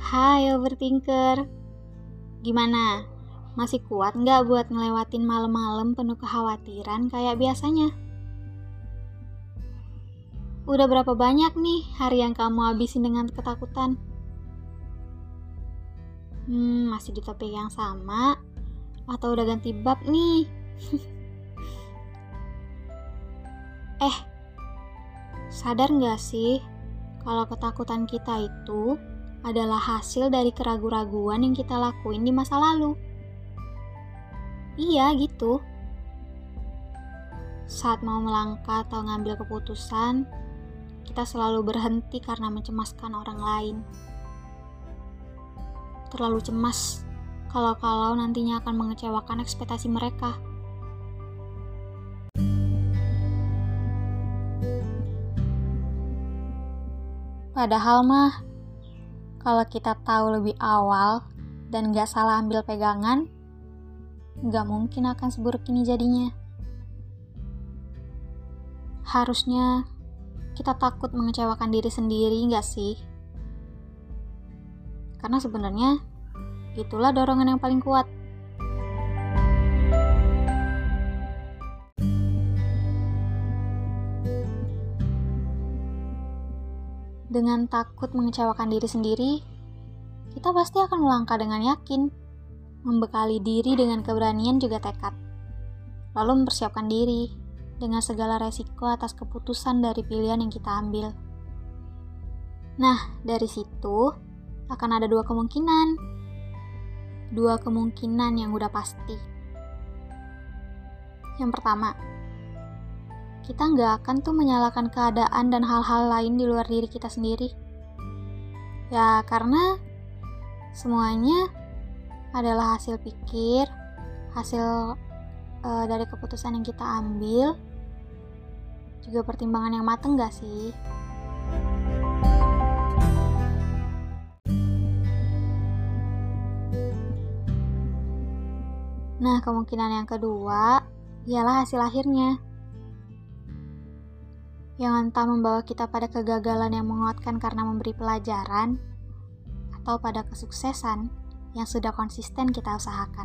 Hai overthinker, gimana? Masih kuat nggak buat ngelewatin malam-malam penuh kekhawatiran kayak biasanya? Udah berapa banyak nih hari yang kamu habisin dengan ketakutan? Masih di topik yang sama? Atau udah ganti bab nih? Sadar nggak sih kalau ketakutan kita itu adalah hasil dari keraguan-raguan yang kita lakuin di masa lalu? Iya gitu. Saat mau melangkah atau ngambil keputusan, kita selalu berhenti karena mencemaskan orang lain. Terlalu cemas kalau nantinya akan mengecewakan ekspektasi mereka. Padahal mah, kalau kita tahu lebih awal dan gak salah ambil pegangan, gak mungkin akan seburuk ini jadinya. Harusnya kita takut mengecewakan diri sendiri gak sih? Karena sebenarnya itulah dorongan yang paling kuat. Dengan takut mengecewakan diri sendiri, kita pasti akan melangkah dengan yakin, membekali diri dengan keberanian juga tekad, lalu mempersiapkan diri dengan segala resiko atas keputusan dari pilihan yang kita ambil. Nah, dari situ akan ada dua kemungkinan yang udah pasti. Yang pertama, kita nggak akan tuh menyalahkan keadaan dan hal-hal lain di luar diri kita sendiri. Ya, karena semuanya adalah hasil pikir, hasil dari keputusan yang kita ambil, juga pertimbangan yang matang nggak sih? Nah, kemungkinan yang kedua ialah hasil akhirnya, yang entah membawa kita pada kegagalan yang menguatkan karena memberi pelajaran, atau pada kesuksesan yang sudah konsisten kita usahakan.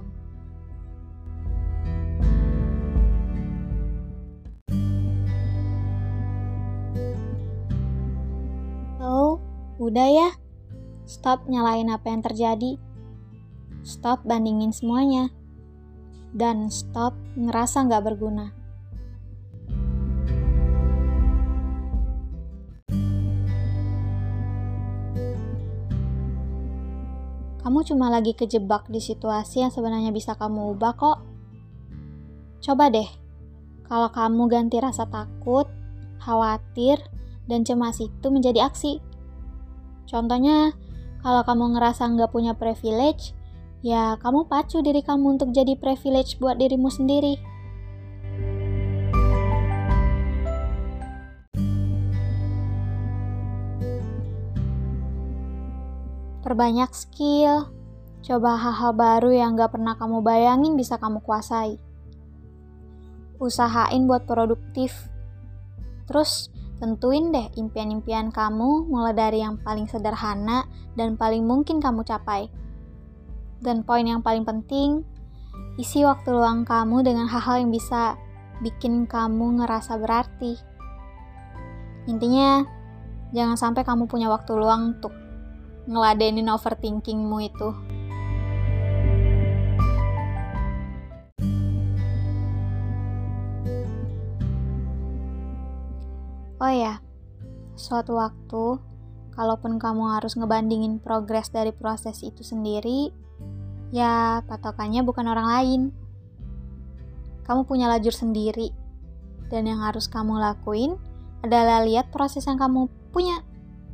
So, udah ya, stop nyalain apa yang terjadi, stop bandingin semuanya, dan stop ngerasa gak berguna. Kamu cuma lagi kejebak di situasi yang sebenarnya bisa kamu ubah kok. Coba deh, kalau kamu ganti rasa takut, khawatir, dan cemas itu menjadi aksi. Contohnya, kalau kamu ngerasa nggak punya privilege, ya kamu pacu diri kamu untuk jadi privilege buat dirimu sendiri. Perbanyak skill, coba hal-hal baru yang gak pernah kamu bayangin bisa kamu kuasai. Usahain buat produktif. Terus tentuin deh impian-impian kamu mulai dari yang paling sederhana dan paling mungkin kamu capai. Dan poin yang paling penting, isi waktu luang kamu dengan hal-hal yang bisa bikin kamu ngerasa berarti. Intinya, jangan sampai kamu punya waktu luang untuk ngeladenin overthinkingmu itu. Oh ya, suatu waktu, kalaupun kamu harus ngebandingin progres dari proses itu sendiri, ya patokannya bukan orang lain. Kamu punya lajur sendiri, dan yang harus kamu lakuin adalah lihat proses yang kamu punya.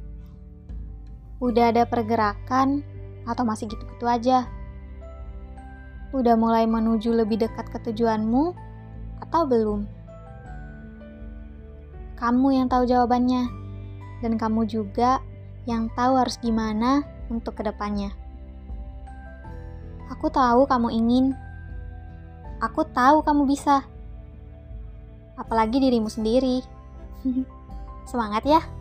Udah ada pergerakan atau masih gitu-gitu aja? Udah mulai menuju lebih dekat ke tujuanmu atau belum? Kamu yang tahu jawabannya, dan kamu juga yang tahu harus gimana untuk kedepannya. Aku tahu kamu ingin, aku tahu kamu bisa, apalagi dirimu sendiri. Semangat ya!